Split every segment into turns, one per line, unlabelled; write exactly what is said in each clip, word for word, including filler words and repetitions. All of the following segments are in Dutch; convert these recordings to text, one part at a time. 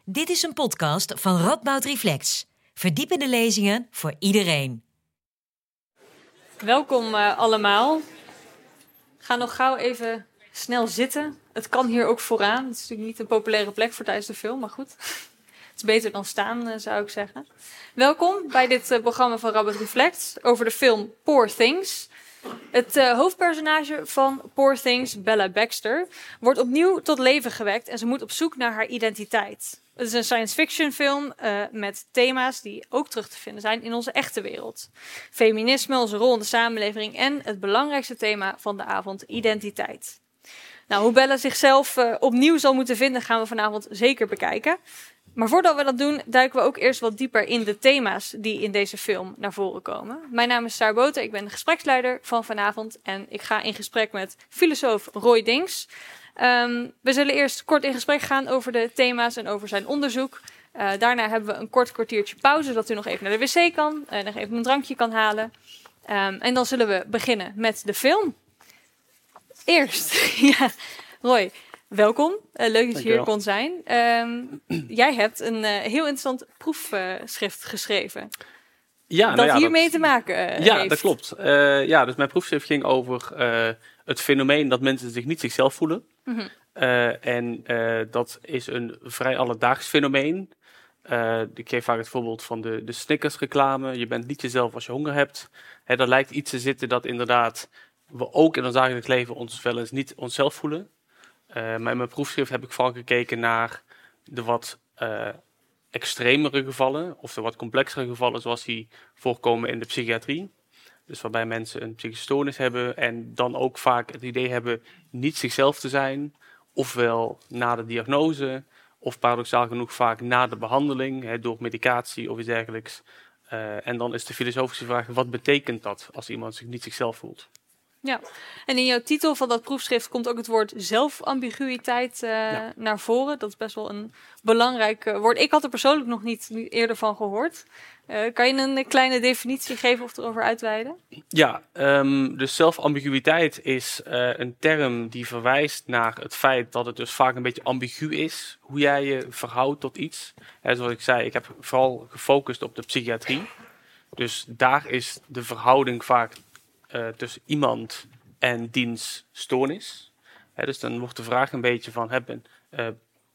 Dit is een podcast van Radboud Reflex. Verdiepende lezingen voor iedereen.
Welkom uh, allemaal. Ga nog gauw even snel zitten. Het kan hier ook vooraan. Het is natuurlijk niet een populaire plek voor tijdens de film, maar goed. Het is beter dan staan, uh, zou ik zeggen. Welkom bij dit uh, programma van Radboud Reflex over de film Poor Things. Het uh, hoofdpersonage van Poor Things, Bella Baxter, wordt opnieuw tot leven gewekt en ze moet op zoek naar haar identiteit. Het is een science fiction film uh, met thema's die ook terug te vinden zijn in onze echte wereld. Feminisme, onze rol in de samenleving en het belangrijkste thema van de avond, identiteit. Nou, hoe Bella zichzelf uh, opnieuw zal moeten vinden gaan we vanavond zeker bekijken. Maar voordat we dat doen, duiken we ook eerst wat dieper in de thema's die in deze film naar voren komen. Mijn naam is Saar Boter, ik ben de gespreksleider van vanavond en ik ga in gesprek met filosoof Roy Dinks. Um, we zullen eerst kort in gesprek gaan over de thema's en over zijn onderzoek. Uh, daarna hebben we een kort kwartiertje pauze, zodat u nog even naar de wc kan en nog even een drankje kan halen. Um, en dan zullen we beginnen met de film. Eerst, ja, Roy. Welkom, uh, leuk dat je hier kon zijn. Um, jij hebt een uh, heel interessant proefschrift uh, geschreven.
Ja,
dat
nou ja,
hiermee
dat,
te maken uh,
ja,
heeft.
dat klopt. Uh, ja, dus mijn proefschrift ging over uh, het fenomeen dat mensen zich niet zichzelf voelen. Mm-hmm. Uh, en uh, dat is een vrij alledaags fenomeen. Uh, ik geef vaak het voorbeeld van de, de Snickers reclame. Je bent niet jezelf als je honger hebt. Hè, daar lijkt iets te zitten dat inderdaad we ook in ons dagelijks leven ons wel eens niet onszelf voelen. Uh, maar in mijn proefschrift heb ik vooral gekeken naar de wat uh, extremere gevallen, of de wat complexere gevallen zoals die voorkomen in de psychiatrie. Dus waarbij mensen een psychische stoornis hebben en dan ook vaak het idee hebben niet zichzelf te zijn, ofwel na de diagnose, of paradoxaal genoeg vaak na de behandeling, hè, door medicatie of iets dergelijks. Uh, en dan is de filosofische vraag, wat betekent dat als iemand zich niet zichzelf voelt?
Ja, en in jouw titel van dat proefschrift komt ook het woord zelfambiguïteit uh, ja. naar voren. Dat is best wel een belangrijk uh, woord. Ik had er persoonlijk nog niet, niet eerder van gehoord. Uh, kan je een kleine definitie geven of erover uitweiden?
Ja, um, dus zelfambiguïteit is uh, een term die verwijst naar het feit dat het dus vaak een beetje ambigu is. Hoe jij je verhoudt tot iets. He, zoals ik zei, ik heb vooral gefocust op de psychiatrie. Dus daar is de verhouding vaak Uh, tussen iemand en diens stoornis. He, dus dan wordt de vraag een beetje van, hebben, uh,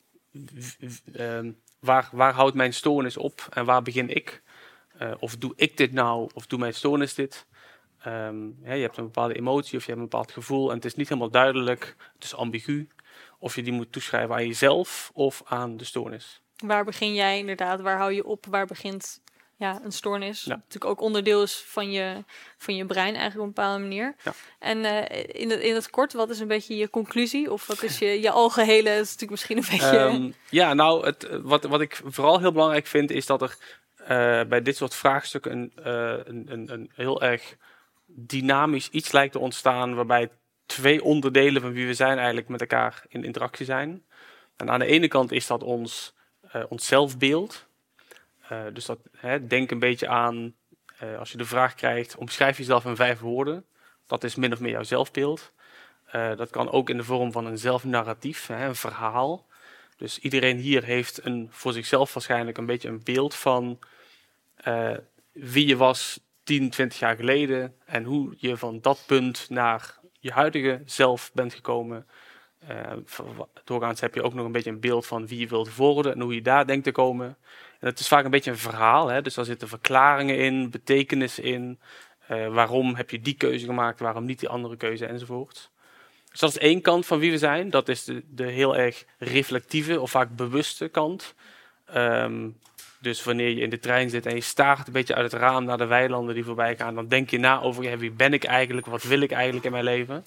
w- w- uh, waar, waar houdt mijn stoornis op en waar begin ik? Uh, of doe ik dit nou, of doe mijn stoornis dit? Um, he, je hebt een bepaalde emotie of je hebt een bepaald gevoel en het is niet helemaal duidelijk, het is ambigu, of je die moet toeschrijven aan jezelf of aan de stoornis.
Waar begin jij inderdaad, waar hou je op, waar begint... Ja, een stoornis.
Ja.
Natuurlijk ook onderdeel is van je, van je brein eigenlijk op een bepaalde manier.
Ja.
En uh, in, het, in het kort, wat is een beetje je conclusie? Of wat is je, je algehele, dat is natuurlijk misschien een beetje...
Um, ja, nou, het, wat, wat ik vooral heel belangrijk vind, is dat er uh, bij dit soort vraagstukken een, uh, een, een, een heel erg dynamisch iets lijkt te ontstaan, waarbij twee onderdelen van wie we zijn eigenlijk met elkaar in interactie zijn. En aan de ene kant is dat ons, uh, ons zelfbeeld. Uh, dus dat, hè, denk een beetje aan, uh, als je de vraag krijgt, omschrijf jezelf in vijf woorden. Dat is min of meer jouw zelfbeeld. Uh, dat kan ook in de vorm van een zelfnarratief, hè, een verhaal. Dus iedereen hier heeft een, voor zichzelf waarschijnlijk een beetje een beeld van uh, wie je was tien, twintig jaar geleden. En hoe je van dat punt naar je huidige zelf bent gekomen. Uh, doorgaans heb je ook nog een beetje een beeld van wie je wilt worden en hoe je daar denkt te komen. En het is vaak een beetje een verhaal, hè? Dus daar zitten verklaringen in, betekenissen in. Uh, waarom heb je die keuze gemaakt, waarom niet die andere keuze enzovoort. Dus dat is één kant van wie we zijn. Dat is de, de heel erg reflectieve of vaak bewuste kant. Um, dus wanneer je in de trein zit en je staart een beetje uit het raam naar de weilanden die voorbij gaan, dan denk je na over ja, wie ben ik eigenlijk, wat wil ik eigenlijk in mijn leven.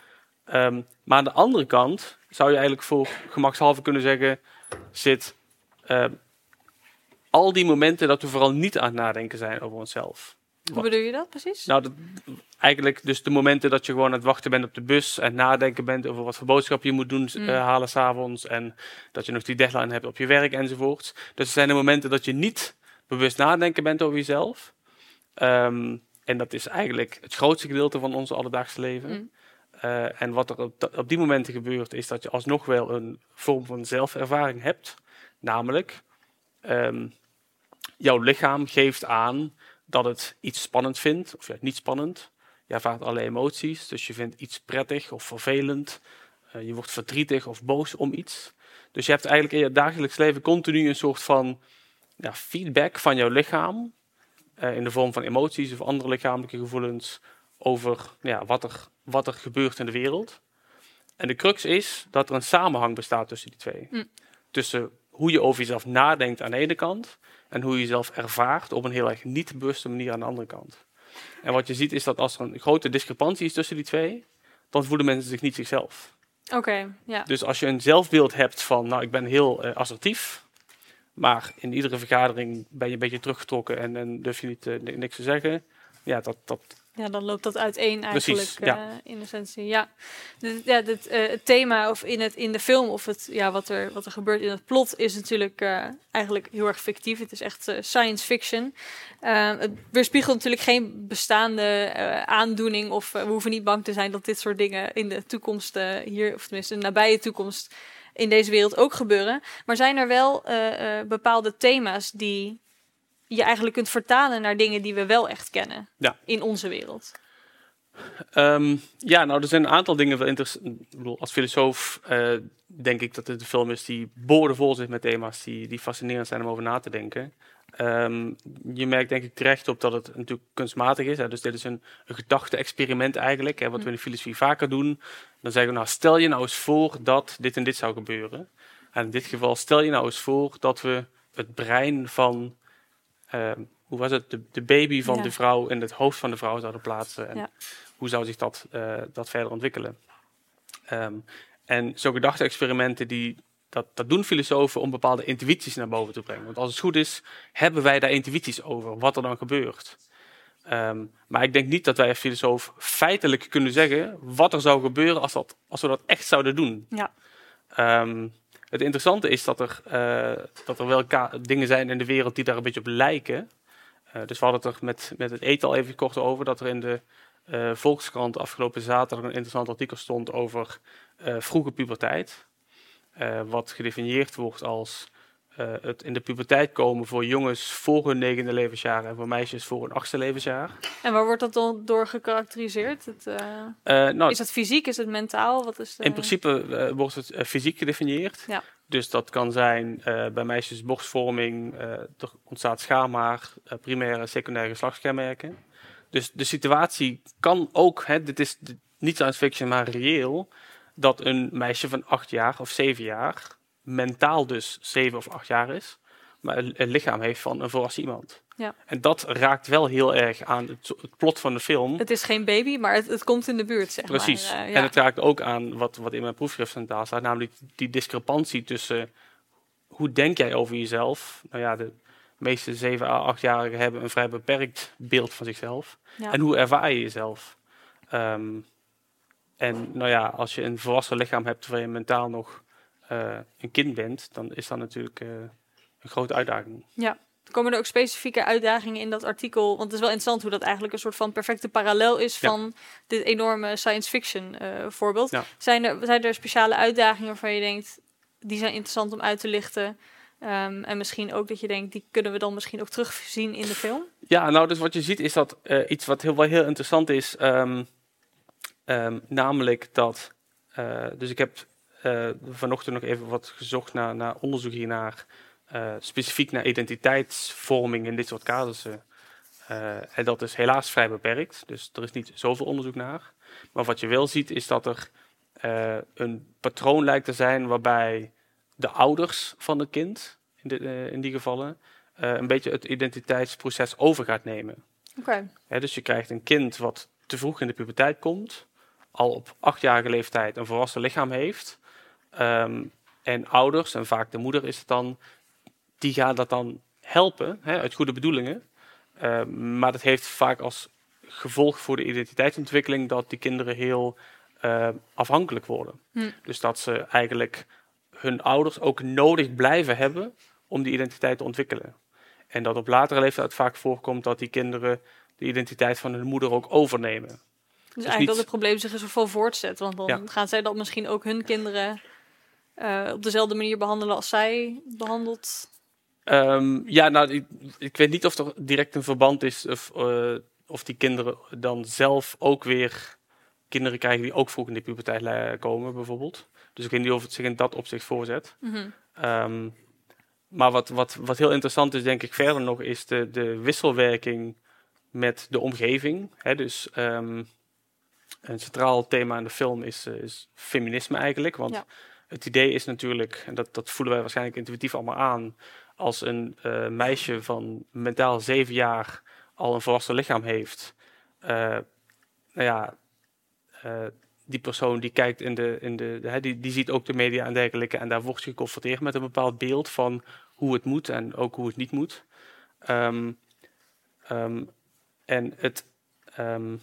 Um, maar aan de andere kant zou je eigenlijk voor gemakshalve kunnen zeggen, zit uh, al die momenten dat we vooral niet aan het nadenken zijn over onszelf.
Hoe bedoel je dat precies?
Nou, dat, eigenlijk dus de momenten dat je gewoon aan het wachten bent op de bus en nadenken bent over wat voor boodschap je moet doen, mm. uh, halen 's avonds en dat je nog die deadline hebt op je werk enzovoort. Dus er zijn de momenten dat je niet bewust nadenken bent over jezelf. Um, en dat is eigenlijk het grootste gedeelte van ons alledaagse leven. Mm. Uh, en wat er op, op die momenten gebeurt, is dat je alsnog wel een vorm van zelfervaring hebt. Namelijk, um, jouw lichaam geeft aan dat het iets spannend vindt, of ja, niet spannend. Je ervaart allerlei emoties, dus je vindt iets prettig of vervelend. Uh, je wordt verdrietig of boos om iets. Dus je hebt eigenlijk in je dagelijks leven continu een soort van ja, feedback van jouw lichaam. Uh, in de vorm van emoties of andere lichamelijke gevoelens over ja, wat, er, wat er gebeurt in de wereld. En de crux is dat er een samenhang bestaat tussen die twee. Mm. Tussen hoe je over jezelf nadenkt aan de ene kant en hoe je jezelf ervaart op een heel erg niet bewuste manier aan de andere kant. En wat je ziet is dat als er een grote discrepantie is tussen die twee, dan voelen mensen zich niet zichzelf.
Oké, okay, ja.
Dus als je een zelfbeeld hebt van, nou, ik ben heel uh, assertief, maar in iedere vergadering ben je een beetje teruggetrokken en, en durf je niet, uh, niks te zeggen. Ja, dat, dat...
ja, dan loopt dat uiteen eigenlijk.
Precies, ja.
uh, in essentie. Ja, de, ja dit, uh, het thema of in, het, in de film of het, ja, wat, er, wat er gebeurt in het plot is natuurlijk uh, eigenlijk heel erg fictief. Het is echt uh, science fiction. Uh, het weerspiegelt natuurlijk geen bestaande uh, aandoening of uh, we hoeven niet bang te zijn dat dit soort dingen in de toekomst uh, hier, of tenminste in de nabije toekomst in deze wereld ook gebeuren. Maar zijn er wel uh, uh, bepaalde thema's die je eigenlijk kunt vertalen naar dingen die we wel echt kennen
ja.
in onze wereld?
Um, ja, nou, er zijn een aantal dingen wel interessant. Ik bedoel, als filosoof uh, denk ik dat het een film is die boordevol zit met thema's die, die fascinerend zijn om over na te denken. Um, je merkt denk ik terecht op dat het natuurlijk kunstmatig is. Hè, dus dit is een, een gedachte-experiment eigenlijk, hè, wat we in de filosofie vaker doen. Dan zeggen we, nou, stel je nou eens voor dat dit en dit zou gebeuren. En in dit geval, stel je nou eens voor dat we het brein van... Uh, hoe was het? De, de baby van ja. de vrouw in het hoofd van de vrouw zouden plaatsen. En ja. hoe zou zich dat, uh, dat verder ontwikkelen? Um, en zo'n gedachte-experimenten, die, dat, dat doen filosofen om bepaalde intuïties naar boven te brengen. Want als het goed is, hebben wij daar intuïties over, wat er dan gebeurt. Um, maar ik denk niet dat wij als filosoof feitelijk kunnen zeggen wat er zou gebeuren als, dat, als we dat echt zouden doen.
Ja.
Um, Het interessante is dat er, uh, dat er wel ka- dingen zijn in de wereld die daar een beetje op lijken. Uh, dus we hadden het er met, met het eten al even kort over, dat er in de uh, Volkskrant afgelopen zaterdag een interessant artikel stond over uh, vroege puberteit. Uh, wat gedefinieerd wordt als uh, het in de puberteit komen voor jongens voor hun negende levensjaar en voor meisjes voor hun achtste levensjaar.
En waar wordt dat dan door gekarakteriseerd? Het, uh,
uh, nou,
is het fysiek? Is het mentaal? Wat is de...
In principe uh, wordt het uh, fysiek gedefinieerd.
Ja.
Dus dat kan zijn uh, bij meisjes borstvorming, uh, er ontstaat schaamhaar, uh, primaire en secundaire geslachtskenmerken. Dus de situatie kan ook, hè, dit is d- niet science fiction, maar reëel, dat een meisje van acht jaar of zeven jaar, mentaal dus zeven of acht jaar is, maar een, een lichaam heeft van een volwassen iemand.
Ja.
En dat raakt wel heel erg aan het, het plot van de film.
Het is geen baby, maar het, het komt in de buurt, zeg
Precies.
maar. Uh, ja.
En het raakt ook aan wat, wat in mijn proefschrift centraal staat, namelijk die discrepantie tussen hoe denk jij over jezelf. Nou ja, de meeste zeven à achtjarigen hebben een vrij beperkt beeld van zichzelf. Ja. En hoe ervaar je jezelf? Um, en nou ja, als je een volwassen lichaam hebt terwijl je mentaal nog uh, een kind bent, dan is dat natuurlijk uh, een grote uitdaging.
Ja. Komen er ook specifieke uitdagingen in dat artikel? Want het is wel interessant hoe dat eigenlijk een soort van perfecte parallel is van ja. dit enorme science fiction uh, voorbeeld. Ja. Zijn, er, zijn er speciale uitdagingen waarvan je denkt, die zijn interessant om uit te lichten? Um, en misschien ook dat je denkt, die kunnen we dan misschien ook terugzien in de film?
Ja, nou dus wat je ziet is dat uh, iets wat heel, wel heel interessant is. Um, um, namelijk dat, uh, dus ik heb uh, vanochtend nog even wat gezocht naar, naar onderzoek hiernaar. Uh, specifiek naar identiteitsvorming in dit soort casussen. Uh, en dat is helaas vrij beperkt, dus er is niet zoveel onderzoek naar. Maar wat je wel ziet is dat er uh, een patroon lijkt te zijn waarbij de ouders van het kind, in, de, uh, in die gevallen, uh, een beetje het identiteitsproces over gaat nemen.
Okay.
Ja, dus je krijgt een kind wat te vroeg in de puberteit komt, al op achtjarige leeftijd een volwassen lichaam heeft. Um, en ouders, en vaak de moeder is het dan, die gaan dat dan helpen, hè, uit goede bedoelingen. Uh, maar dat heeft vaak als gevolg voor de identiteitsontwikkeling dat die kinderen heel uh, afhankelijk worden. Hm. Dus dat ze eigenlijk hun ouders ook nodig blijven hebben om die identiteit te ontwikkelen. En dat op latere leeftijd vaak voorkomt dat die kinderen de identiteit van hun moeder ook overnemen. Dus,
dus eigenlijk niet... dat het probleem zich zo vol voortzet. Want dan ja. gaan zij dat misschien ook hun kinderen uh, op dezelfde manier behandelen als zij behandelt?
Um, ja, nou, ik, ik weet niet of er direct een verband is of, uh, of die kinderen dan zelf ook weer kinderen krijgen die ook vroeg in de puberteit komen, bijvoorbeeld. Dus ik weet niet of het zich in dat opzicht voorzet. Mm-hmm. Um, maar wat, wat, wat heel interessant is, denk ik, verder nog, is de, de wisselwerking met de omgeving. Hè, dus um, een centraal thema in de film is, uh, is feminisme eigenlijk. Want ja. Het idee is natuurlijk, en dat, dat voelen wij waarschijnlijk intuïtief allemaal aan, als een uh, meisje van mentaal zeven jaar al een volwassen lichaam heeft. Uh, nou ja, uh, die persoon die kijkt in de, in de, de, die, die ziet ook de media en dergelijke. En daar wordt ze geconfronteerd met een bepaald beeld van hoe het moet en ook hoe het niet moet. Um, um, en het, um,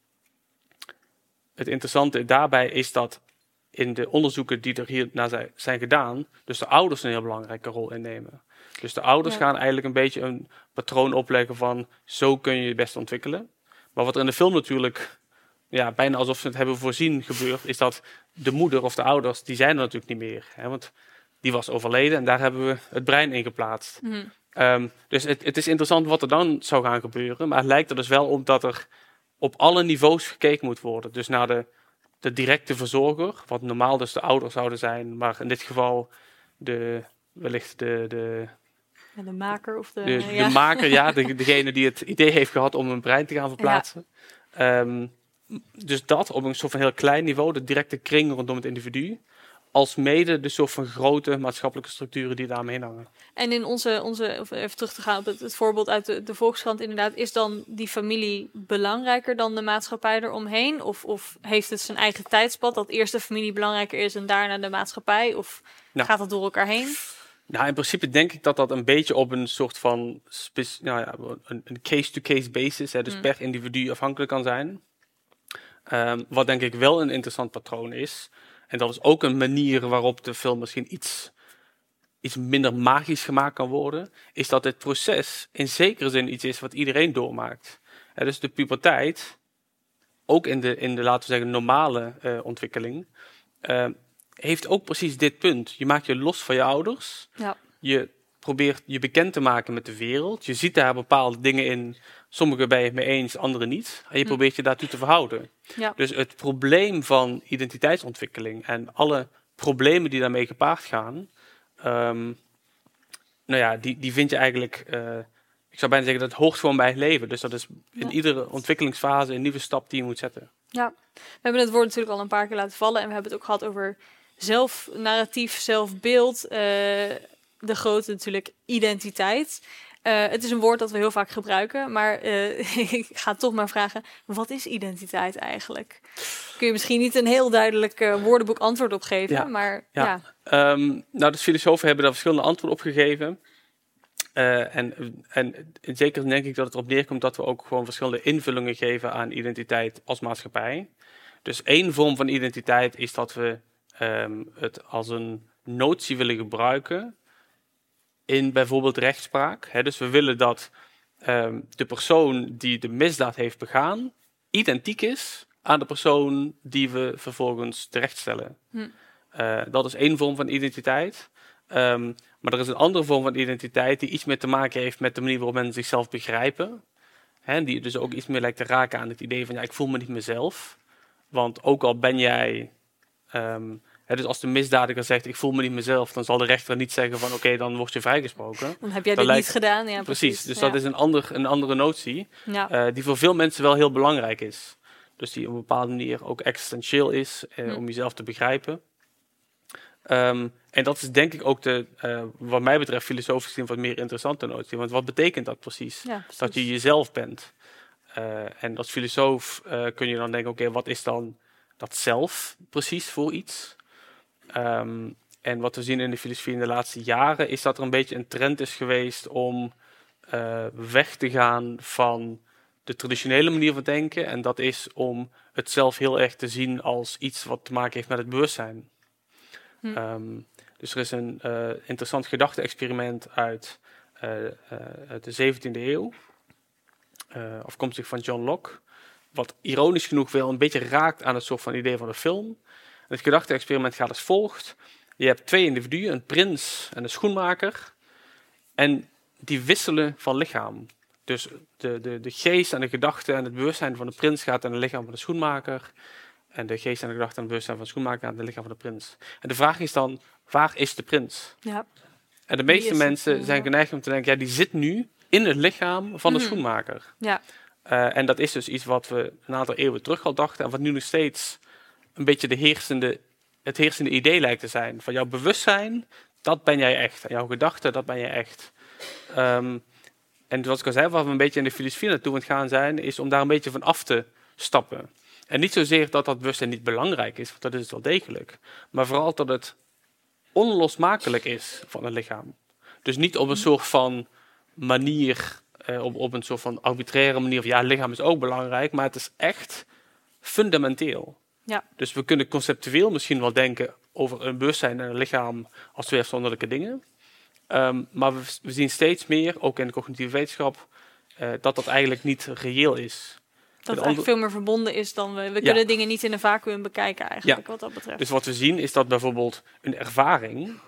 het interessante daarbij is dat in de onderzoeken die er hier naar zijn gedaan, dus de ouders een heel belangrijke rol innemen. Dus de ouders ja. gaan eigenlijk een beetje een patroon opleggen van zo kun je je best ontwikkelen. Maar wat er in de film natuurlijk, ja, bijna alsof ze het hebben voorzien gebeurt, is dat de moeder of de ouders, die zijn er natuurlijk niet meer. Hè, want die was overleden en daar hebben we het brein in geplaatst. Mm. Um, dus het, het is interessant wat er dan zou gaan gebeuren. Maar het lijkt er dus wel op dat er op alle niveaus gekeken moet worden. Dus naar de, de directe verzorger, wat normaal dus de ouders zouden zijn. Maar in dit geval de, wellicht de... de
Ja, de maker of de...
De,
ja.
de maker, ja. De, degene die het idee heeft gehad om een brein te gaan verplaatsen. Ja. Um, dus dat op een soort van heel klein niveau. De directe kring rondom het individu. Als mede de soort van grote maatschappelijke structuren die daarmee hangen.
En in onze, onze of even terug te gaan op het, het voorbeeld uit de, de Volkskrant inderdaad, is dan die familie belangrijker dan de maatschappij eromheen? Of, of heeft het zijn eigen tijdspad, dat eerst de familie belangrijker is en daarna de maatschappij? Of nou, gaat dat door elkaar heen?
Nou, in principe denk ik dat dat een beetje op een soort van speci- nou ja, een, een case-to-case basis, hè, dus mm. per individu afhankelijk kan zijn. Um, wat denk ik wel een interessant patroon is. En dat is ook een manier waarop de film misschien iets, iets minder magisch gemaakt kan worden. Is dat het proces in zekere zin iets is wat iedereen doormaakt. Ja, dus de puberteit, ook in de, in de laten we zeggen, normale uh, ontwikkeling, uh, heeft ook precies dit punt. Je maakt je los van je ouders. Ja. Je probeert je bekend te maken met de wereld. Je ziet daar bepaalde dingen in. Sommige ben je het mee eens, andere niet. En je probeert je daartoe te verhouden. Ja. Dus het probleem van identiteitsontwikkeling en alle problemen die daarmee gepaard gaan, um, nou ja, die, die vind je eigenlijk, uh, ik zou bijna zeggen, dat hoort gewoon bij het leven. Dus dat is in ja. iedere ontwikkelingsfase een nieuwe stap die je moet zetten.
Ja, we hebben het woord natuurlijk al een paar keer laten vallen en we hebben het ook gehad over zelfnarratief, zelfbeeld, uh, de grote natuurlijk identiteit. Uh, het is een woord dat we heel vaak gebruiken, maar uh, ik ga toch maar vragen, wat is identiteit eigenlijk? Kun je misschien niet een heel duidelijk uh, woordenboek antwoord op geven, ja, maar ja.
ja. Um, nou, de filosofen hebben daar verschillende antwoorden op gegeven. Uh, en, en in zekere zin denk ik dat het erop neerkomt dat we ook gewoon verschillende invullingen geven aan identiteit als maatschappij. Dus één vorm van identiteit is dat we um, het als een notie willen gebruiken in bijvoorbeeld rechtspraak. Hè, dus we willen dat um, de persoon die de misdaad heeft begaan identiek is aan de persoon die we vervolgens terechtstellen. Hm. Uh, dat is één vorm van identiteit. Um, maar er is een andere vorm van identiteit die iets meer te maken heeft met de manier waarop mensen zichzelf begrijpen. Hè, die dus ook iets meer lijkt te raken aan het idee van ja, ik voel me niet mezelf. Want ook al ben jij... Um, He, dus als de misdadiger zegt, ik voel me niet mezelf, dan zal de rechter niet zeggen van, oké, okay, dan word je vrijgesproken.
Dan heb jij
dat
dit
lijkt...
niet gedaan. Ja,
precies.
precies,
Dus
ja.
dat is een, ander, een andere notie, ja. uh, die voor veel mensen wel heel belangrijk is. Dus die op een bepaalde manier ook existentieel is, uh, hm. om jezelf te begrijpen. Um, en dat is denk ik ook de, uh, wat mij betreft, filosofisch gezien wat meer interessante notie. Want wat betekent dat precies? Ja, precies. Dat je jezelf bent. Uh, en als filosoof uh, kun je dan denken, oké, okay, wat is dan dat zelf precies voor iets? Um, en wat we zien in de filosofie in de laatste jaren is dat er een beetje een trend is geweest om uh, weg te gaan van de traditionele manier van denken. En dat is om het zelf heel erg te zien als iets wat te maken heeft met het bewustzijn. Hm. Um, dus er is een uh, interessant gedachte-experiment uit, uh, uh, uit de zeventiende eeuw, uh, afkomstig van John Locke, wat ironisch genoeg wel een beetje raakt aan het soort van idee van de film. Het gedachte-experiment gaat als volgt. Je je hebt twee individuen, een prins en een schoenmaker. En die wisselen van lichaam. Dus de, de, de geest en de gedachte en het bewustzijn van de prins gaat naar het lichaam van de schoenmaker. En de geest en de gedachte en het bewustzijn van de schoenmaker gaat naar het lichaam van de prins. En de vraag is dan, waar is de prins?
Ja.
En de meeste mensen
het,
zijn
ja.
geneigd om te denken, ja, die zit nu in het lichaam van de
Mhm.
schoenmaker.
Ja.
Uh, en dat is dus iets wat we een aantal eeuwen terug al dachten en wat nu nog steeds een beetje de heersende, het heersende idee lijkt te zijn. Van jouw bewustzijn, dat ben jij echt. En jouw gedachten, dat ben jij echt. Um, en zoals ik al zei, waar we een beetje in de filosofie naartoe aan het gaan zijn, is om daar een beetje van af te stappen. En niet zozeer dat dat bewustzijn niet belangrijk is, want dat is het wel degelijk. Maar vooral dat het onlosmakelijk is van het lichaam. Dus niet op een soort van manier, eh, op, op een soort van arbitraire manier van ja, het lichaam is ook belangrijk, maar het is echt fundamenteel.
Ja.
Dus we kunnen conceptueel misschien wel denken over een bewustzijn en een lichaam als twee afzonderlijke dingen. Um, maar we, we zien steeds meer, ook in de cognitieve wetenschap, uh, dat dat eigenlijk niet reëel is.
Dat het eigenlijk veel meer verbonden is dan we... We kunnen
ja.
dingen niet in een vacuüm bekijken eigenlijk,
ja.
wat dat betreft.
Dus wat we zien is dat bijvoorbeeld een ervaring, uh,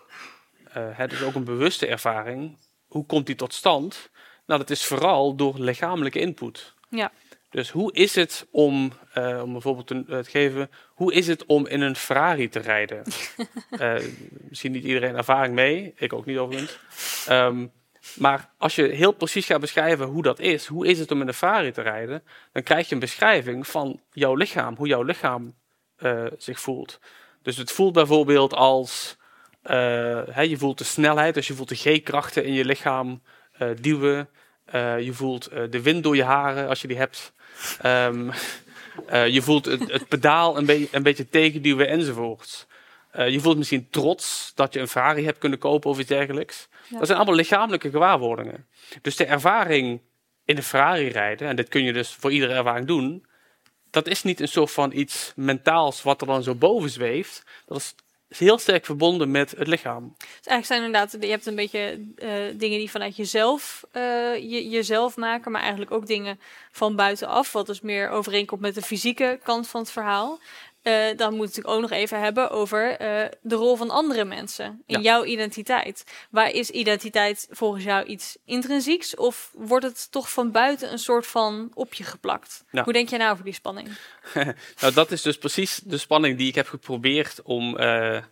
het is ook een bewuste ervaring, hoe komt die tot stand? Nou, dat is vooral door lichamelijke input.
Ja.
Dus hoe is het om, uh, om bijvoorbeeld te, uh, te geven, hoe is het om in een Ferrari te rijden? uh, misschien niet iedereen ervaring mee, ik ook niet overigens. Um, maar als je heel precies gaat beschrijven hoe dat is, hoe is het om in een Ferrari te rijden, dan krijg je een beschrijving van jouw lichaam, hoe jouw lichaam uh, zich voelt. Dus het voelt bijvoorbeeld als, uh, hè, je voelt de snelheid, dus je voelt de G-krachten in je lichaam uh, duwen. Uh, je voelt uh, de wind door je haren als je die hebt. Um, uh, je voelt het, het pedaal een, be- een beetje tegenduwen enzovoort. Uh, je voelt misschien trots dat je een Ferrari hebt kunnen kopen of iets dergelijks. Ja. Dat zijn allemaal lichamelijke gewaarwordingen. Dus de ervaring in een Ferrari rijden, en dit kun je dus voor iedere ervaring doen, dat is niet een soort van iets mentaals wat er dan zo boven zweeft. Dat is heel sterk verbonden met het lichaam.
Dus eigenlijk zijn inderdaad, je hebt een beetje uh, dingen die vanuit jezelf uh, je, jezelf maken, maar eigenlijk ook dingen van buitenaf, wat dus meer overeenkomt met de fysieke kant van het verhaal. Uh, dan moet het natuurlijk ook nog even hebben over uh, de rol van andere mensen in ja. jouw identiteit. Waar is identiteit volgens jou iets intrinsieks of wordt het toch van buiten een soort van op je geplakt? Ja. Hoe denk jij nou over die spanning?
Nou, dat is dus precies de spanning die ik heb geprobeerd om uh,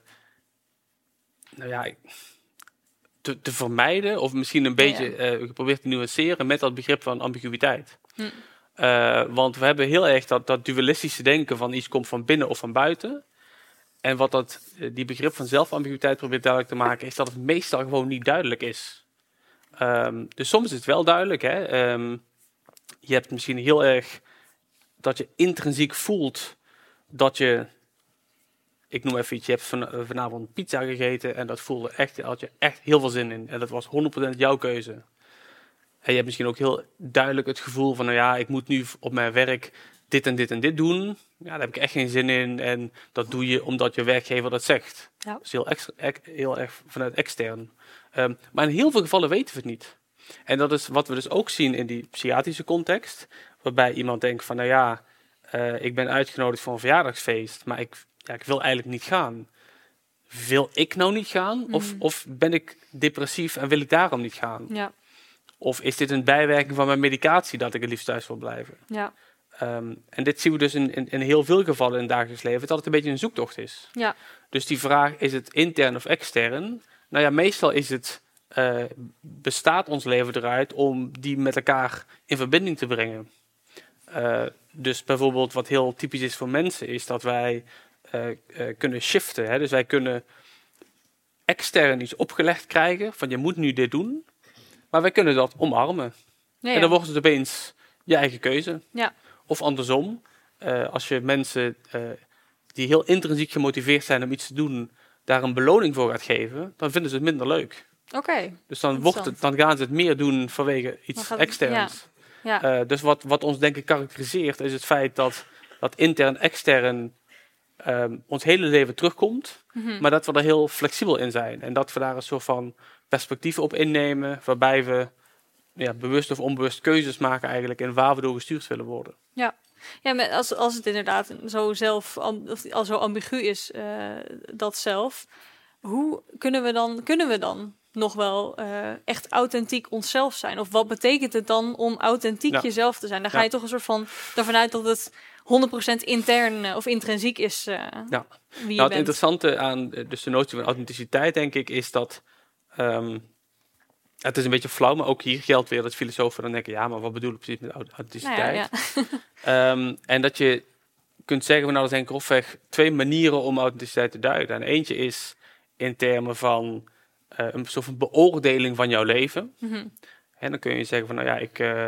nou ja, te, te vermijden of misschien een beetje ja, ja. Uh, geprobeerd te nuanceren met dat begrip van ambiguïteit. Hm. Uh, want we hebben heel erg dat, dat dualistische denken van iets komt van binnen of van buiten. En wat dat, die begrip van zelfambiguïteit probeert duidelijk te maken, is dat het meestal gewoon niet duidelijk is. Um, dus soms is het wel duidelijk. Hè? Um, je hebt misschien heel erg dat je intrinsiek voelt dat je, ik noem even iets, je hebt van, vanavond pizza gegeten en dat voelde echt, daar had je echt heel veel zin in. En dat was honderd procent jouw keuze. En je hebt misschien ook heel duidelijk het gevoel van, nou ja, ik moet nu op mijn werk dit en dit en dit doen. Ja, daar heb ik echt geen zin in. En dat doe je omdat je werkgever dat zegt. Ja. Dat is heel, extra, heel erg vanuit extern. Um, maar in heel veel gevallen weten we het niet. En dat is wat we dus ook zien in die psychiatrische context. Waarbij iemand denkt van, nou ja, uh, ik ben uitgenodigd voor een verjaardagsfeest. Maar ik, ja, ik wil eigenlijk niet gaan. Wil ik nou niet gaan? Mm. Of, of ben ik depressief en wil ik daarom niet gaan?
Ja.
Of is dit een bijwerking van mijn medicatie dat ik het liefst thuis wil blijven?
Ja.
Um, en dit zien we dus in, in, in heel veel gevallen in het dagelijks leven, dat het een beetje een zoektocht is.
Ja.
Dus die vraag, is het intern of extern? Nou ja, meestal is het, uh, bestaat ons leven eruit om die met elkaar in verbinding te brengen. Uh, dus bijvoorbeeld wat heel typisch is voor mensen, is dat wij uh, uh, kunnen shiften. Hè? Dus wij kunnen extern iets opgelegd krijgen, van je moet nu dit doen. Maar wij kunnen dat omarmen. Ja, ja. En dan wordt het opeens je eigen keuze.
Ja.
Of andersom, uh, als je mensen uh, die heel intrinsiek gemotiveerd zijn om iets te doen, daar een beloning voor gaat geven, dan vinden ze het minder leuk.
Oké. Okay.
Dus dan, wordt het, dan gaan ze het meer doen vanwege iets het, externs. Ja. Ja. Uh, dus wat, wat ons denken karakteriseert is het feit dat, dat intern extern um, ons hele leven terugkomt, mm-hmm. maar dat we er heel flexibel in zijn. En dat we daar een soort van perspectief op innemen, waarbij we ja, bewust of onbewust keuzes maken eigenlijk in waar we door gestuurd willen worden.
Ja, ja maar als, als het inderdaad zo zelf, als zo ambigu is, uh, dat zelf, hoe kunnen we dan, kunnen we dan nog wel uh, echt authentiek onszelf zijn? Of wat betekent het dan om authentiek
Ja.
jezelf te zijn? Dan ga
Ja.
je toch een soort van ervan uit dat het honderd procent intern uh, of intrinsiek is uh,
Ja.
wie je
Nou, het
bent.
interessante aan dus de notie van authenticiteit, denk ik, is dat um, het is een beetje flauw, maar ook hier geldt weer dat filosofen dan denken, ja, maar wat bedoel ik precies met authenticiteit?
Nou ja, ja.
um, en dat je kunt zeggen, nou, er zijn grofweg twee manieren om authenticiteit te duiden. En eentje is in termen van uh, een soort van beoordeling van jouw leven.
Mm-hmm.
En dan kun je zeggen van, nou ja, ik... Uh,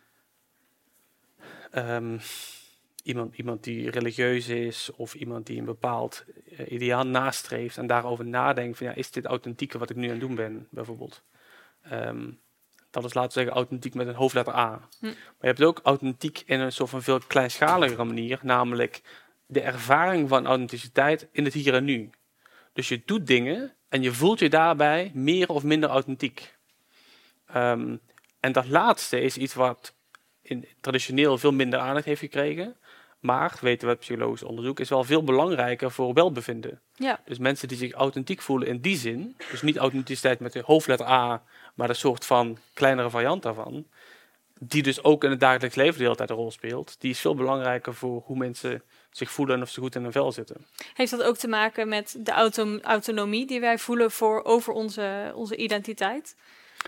um, iemand, iemand die religieus is of iemand die een bepaald uh, ideaal nastreeft en daarover nadenkt van, ja, is dit authentieke wat ik nu aan het doen ben, bijvoorbeeld. Um, dat is, laten we zeggen, authentiek met een hoofdletter A. Hm. Maar je hebt ook authentiek in een soort van veel kleinschaligere manier, namelijk de ervaring van authenticiteit in het hier en nu. Dus je doet dingen en je voelt je daarbij meer of minder authentiek. Um, en dat laatste is iets wat in, traditioneel veel minder aandacht heeft gekregen. Maar, weten we uit psychologisch onderzoek, is wel veel belangrijker voor welbevinden.
Ja.
Dus mensen die zich authentiek voelen in die zin, dus niet authenticiteit met de hoofdletter A, maar een soort van kleinere variant daarvan, die dus ook in het dagelijks leven de hele tijd een rol speelt, die is veel belangrijker voor hoe mensen zich voelen en of ze goed in hun vel zitten.
Heeft dat ook te maken met de auto- autonomie die wij voelen voor over onze, onze identiteit?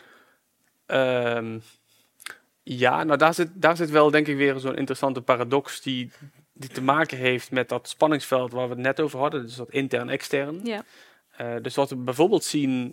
Um, ja, nou daar zit, daar zit wel denk ik weer zo'n interessante paradox die, die te maken heeft met dat spanningsveld waar we het net over hadden, dus dat intern-extern.
Ja.
Uh, dus wat we bijvoorbeeld zien,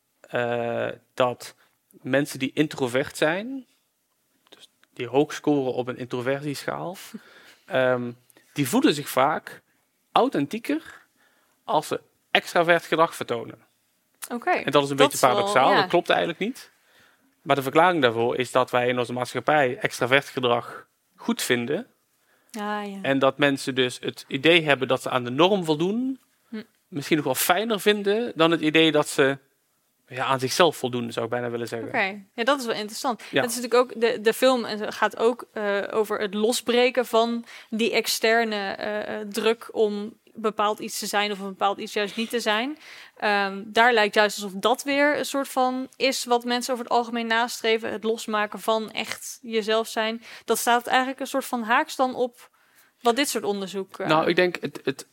uh, dat mensen die introvert zijn, dus die hoog scoren op een introversieschaal, um, die voelen zich vaak authentieker als ze extravert gedrag vertonen.
Oké. Okay.
En dat is een
dat
beetje paradoxaal,
wel, ja.
Dat klopt eigenlijk niet. Maar de verklaring daarvoor is dat wij in onze maatschappij extravert gedrag goed vinden.
Ah, ja.
En dat mensen dus het idee hebben dat ze aan de norm voldoen, hm. misschien nog wel fijner vinden dan het idee dat ze ja, aan zichzelf voldoen, zou ik bijna willen zeggen.
Oké, okay. Ja, dat is wel interessant.
Ja.
Het is natuurlijk ook, de, de film gaat ook uh, over het losbreken van die externe uh, druk om bepaald iets te zijn of een bepaald iets juist niet te zijn. Um, daar lijkt juist alsof dat weer een soort van is wat mensen over het algemeen nastreven. Het losmaken van echt jezelf zijn. Dat staat eigenlijk een soort van haaks dan op wat dit soort onderzoek... Uh...
Nou, ik denk het, het,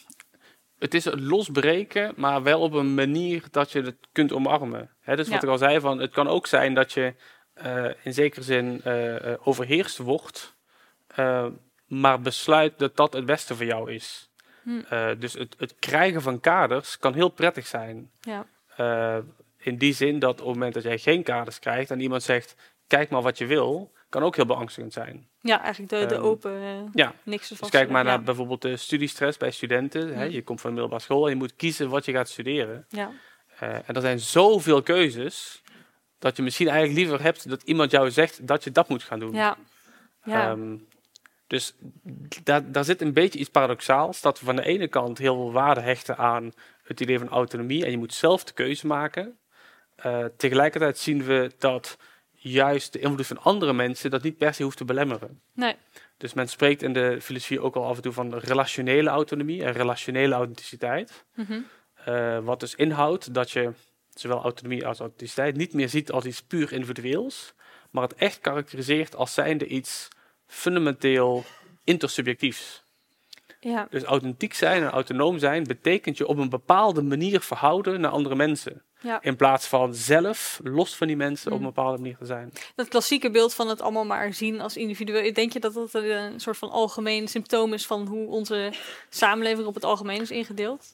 het is het losbreken, maar wel op een manier dat je het kunt omarmen. Hè, dus wat ja. ik al zei, van, het kan ook zijn dat je uh, in zekere zin uh, uh, overheerst wordt, uh, maar besluit dat dat het beste voor jou is. Hm. Uh, dus het, het krijgen van kaders kan heel prettig zijn.
Ja.
Uh, in die zin dat op het moment dat jij geen kaders krijgt en iemand zegt, kijk maar wat je wil, kan ook heel beangstigend zijn.
Ja, eigenlijk de, de um, open uh,
ja.
niks ervan.
Dus kijk maar
ja.
naar bijvoorbeeld de studiestress bij studenten. Hm. Hè, je komt van de middelbare school en je moet kiezen wat je gaat studeren.
Ja.
Uh, en er zijn zoveel keuzes dat je misschien eigenlijk liever hebt dat iemand jou zegt dat je dat moet gaan doen.
Ja. Ja.
Um, Dus daar, daar zit een beetje iets paradoxaals, dat we van de ene kant heel veel waarde hechten aan het idee van autonomie en je moet zelf de keuze maken. Uh, tegelijkertijd zien we dat juist de invloed van andere mensen dat niet per se hoeft te belemmeren.
Nee.
Dus men spreekt in de filosofie ook al af en toe van relationele autonomie en relationele authenticiteit. Mm-hmm. Uh, wat dus inhoudt dat je zowel autonomie als authenticiteit niet meer ziet als iets puur individueels, maar het echt karakteriseert als zijnde iets fundamenteel intersubjectiefs.
Ja.
Dus authentiek zijn en autonoom zijn betekent je op een bepaalde manier verhouden naar andere mensen.
Ja.
In plaats van zelf, los van die mensen,
mm.
op een bepaalde manier te zijn.
Dat klassieke beeld van het allemaal maar zien als individueel. Denk je dat dat een soort van algemeen symptoom is van hoe onze samenleving op het algemeen is ingedeeld?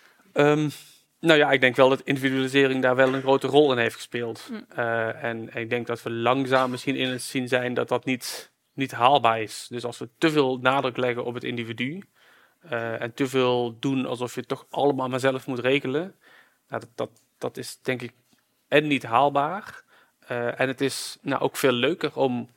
Um, nou ja, ik denk wel dat individualisering daar wel een grote rol in heeft gespeeld. Mm. Uh, en, en ik denk dat we langzaam misschien in het zien zijn dat dat niet... niet haalbaar is. Dus als we te veel nadruk leggen op het individu uh, en te veel doen alsof je het toch allemaal maar zelf moet regelen, nou, dat, dat, dat is denk ik en niet haalbaar. Uh, en het is nou ook veel leuker om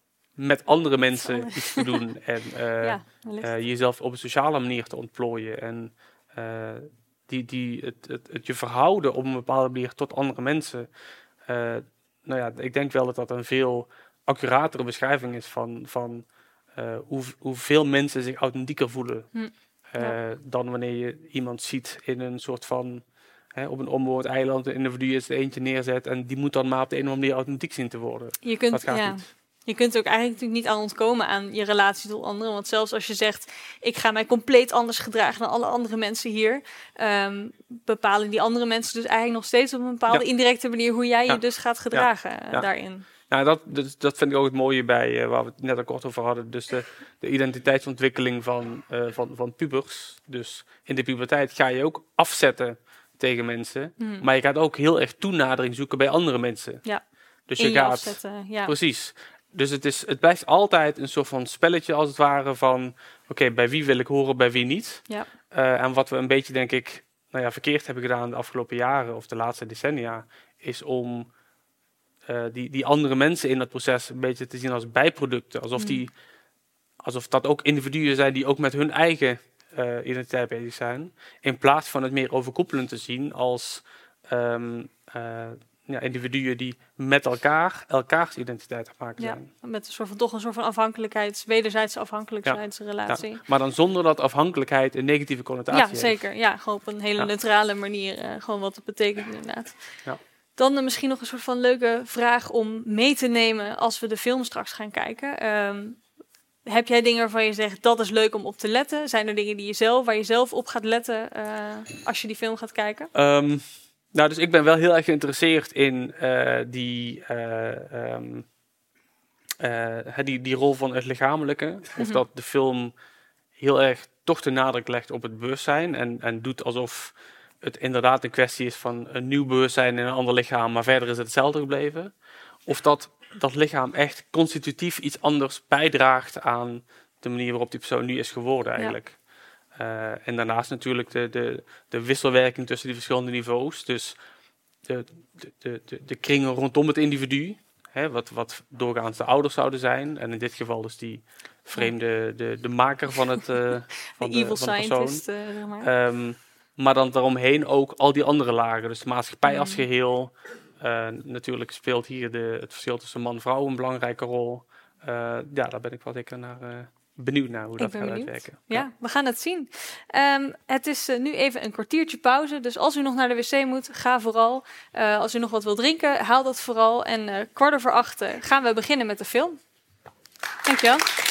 met andere mensen iets te doen en uh,
ja,
uh, jezelf op een sociale manier te ontplooien en uh, die, die, het, het, het je verhouden op een bepaalde manier tot andere mensen. Uh, nou ja, ik denk wel dat dat een veel accuratere beschrijving is van, van uh, hoe, hoeveel mensen zich authentieker voelen. Hm. Uh, ja. Dan wanneer je iemand ziet in een soort van hè, op een onbewoond eiland een individu is er eentje neerzet en die moet dan maar op de een of andere manier authentiek zien te worden.
Je kunt,
Dat gaat
ja.
niet.
Je kunt ook eigenlijk natuurlijk niet aan ontkomen aan je relatie tot anderen. Want zelfs als je zegt, ik ga mij compleet anders gedragen dan alle andere mensen hier, um, bepalen die andere mensen dus eigenlijk nog steeds op een bepaalde
Ja.
indirecte manier hoe jij
Ja.
je dus gaat gedragen
Ja.
uh,
Ja.
daarin.
Nou, dat, dat, dat vind ik ook het mooie bij, uh, waar we het net al kort over hadden. Dus de, de identiteitsontwikkeling van, uh, van, van pubers. Dus in de puberteit ga je ook afzetten tegen mensen.
Hmm.
Maar je gaat ook heel erg toenadering zoeken bij andere mensen.
Ja.
Dus
In
je
je
gaat...
afzetten, ja.
Precies. Dus het, is, het blijft altijd een soort van spelletje als het ware van... Oké, okay, bij wie wil ik horen, bij wie niet?
Ja.
Uh, en wat we een beetje, denk ik, nou ja, verkeerd hebben gedaan de afgelopen jaren... of de laatste decennia, is om uh, die, die andere mensen in dat proces... een beetje te zien als bijproducten. Alsof, die, alsof dat ook individuen zijn die ook met hun eigen uh, identiteit bezig zijn. In plaats van het meer overkoepelend te zien als... Um, uh, Ja, individuen die met elkaar, elkaars identiteit te maken
Ja,
zijn.
met een soort van, toch een soort van afhankelijkheids, wederzijdse afhankelijkheidsrelatie.
Ja, maar dan zonder dat afhankelijkheid een negatieve connotatie
Ja,
heeft.
zeker. Ja, gewoon op een hele
Ja.
neutrale manier. Uh, gewoon wat het betekent inderdaad.
Ja.
Dan uh, misschien nog een soort van leuke vraag om mee te nemen als we de film straks gaan kijken. Um, heb jij dingen waarvan je zegt, dat is leuk om op te letten? Zijn er dingen die je zelf, waar je zelf op gaat letten uh, als je die film gaat kijken?
Um, Nou, dus ik ben wel heel erg geïnteresseerd in uh, die, uh, um, uh, die, die rol van het lichamelijke. Of
Mm-hmm.
dat de film heel erg toch de nadruk legt op het bewustzijn. En, en doet alsof het inderdaad een kwestie is van een nieuw bewustzijn in een ander lichaam. Maar verder is het hetzelfde gebleven. Of dat dat lichaam echt constitutief iets anders bijdraagt aan de manier waarop die persoon nu is geworden eigenlijk. Ja. Uh, en daarnaast natuurlijk de, de, de wisselwerking tussen die verschillende niveaus. Dus de, de, de, de kringen rondom het individu, hè, wat, wat doorgaans de ouders zouden zijn. En in dit geval dus die vreemde, de, de maker van het uh, van
de,
de,
evil
van de
scientist.
persoon.
Uh, zeg maar.
Um, maar dan daaromheen ook al die andere lagen. Dus de maatschappij
mm.
als geheel. Uh, natuurlijk speelt hier de, het verschil tussen man en vrouw een belangrijke rol. Uh, ja, daar ben ik wel zeker naar... Uh, benieuwd naar hoe dat gaat benieuwd. uitwerken.
Ja, ja, we gaan het zien. Um, het is uh, nu even een kwartiertje pauze. Dus als u nog naar de wc moet, ga vooral. Uh, als u nog wat wil drinken, haal dat vooral. En uh, kwart over acht uh, gaan we beginnen met de film. Dankjewel.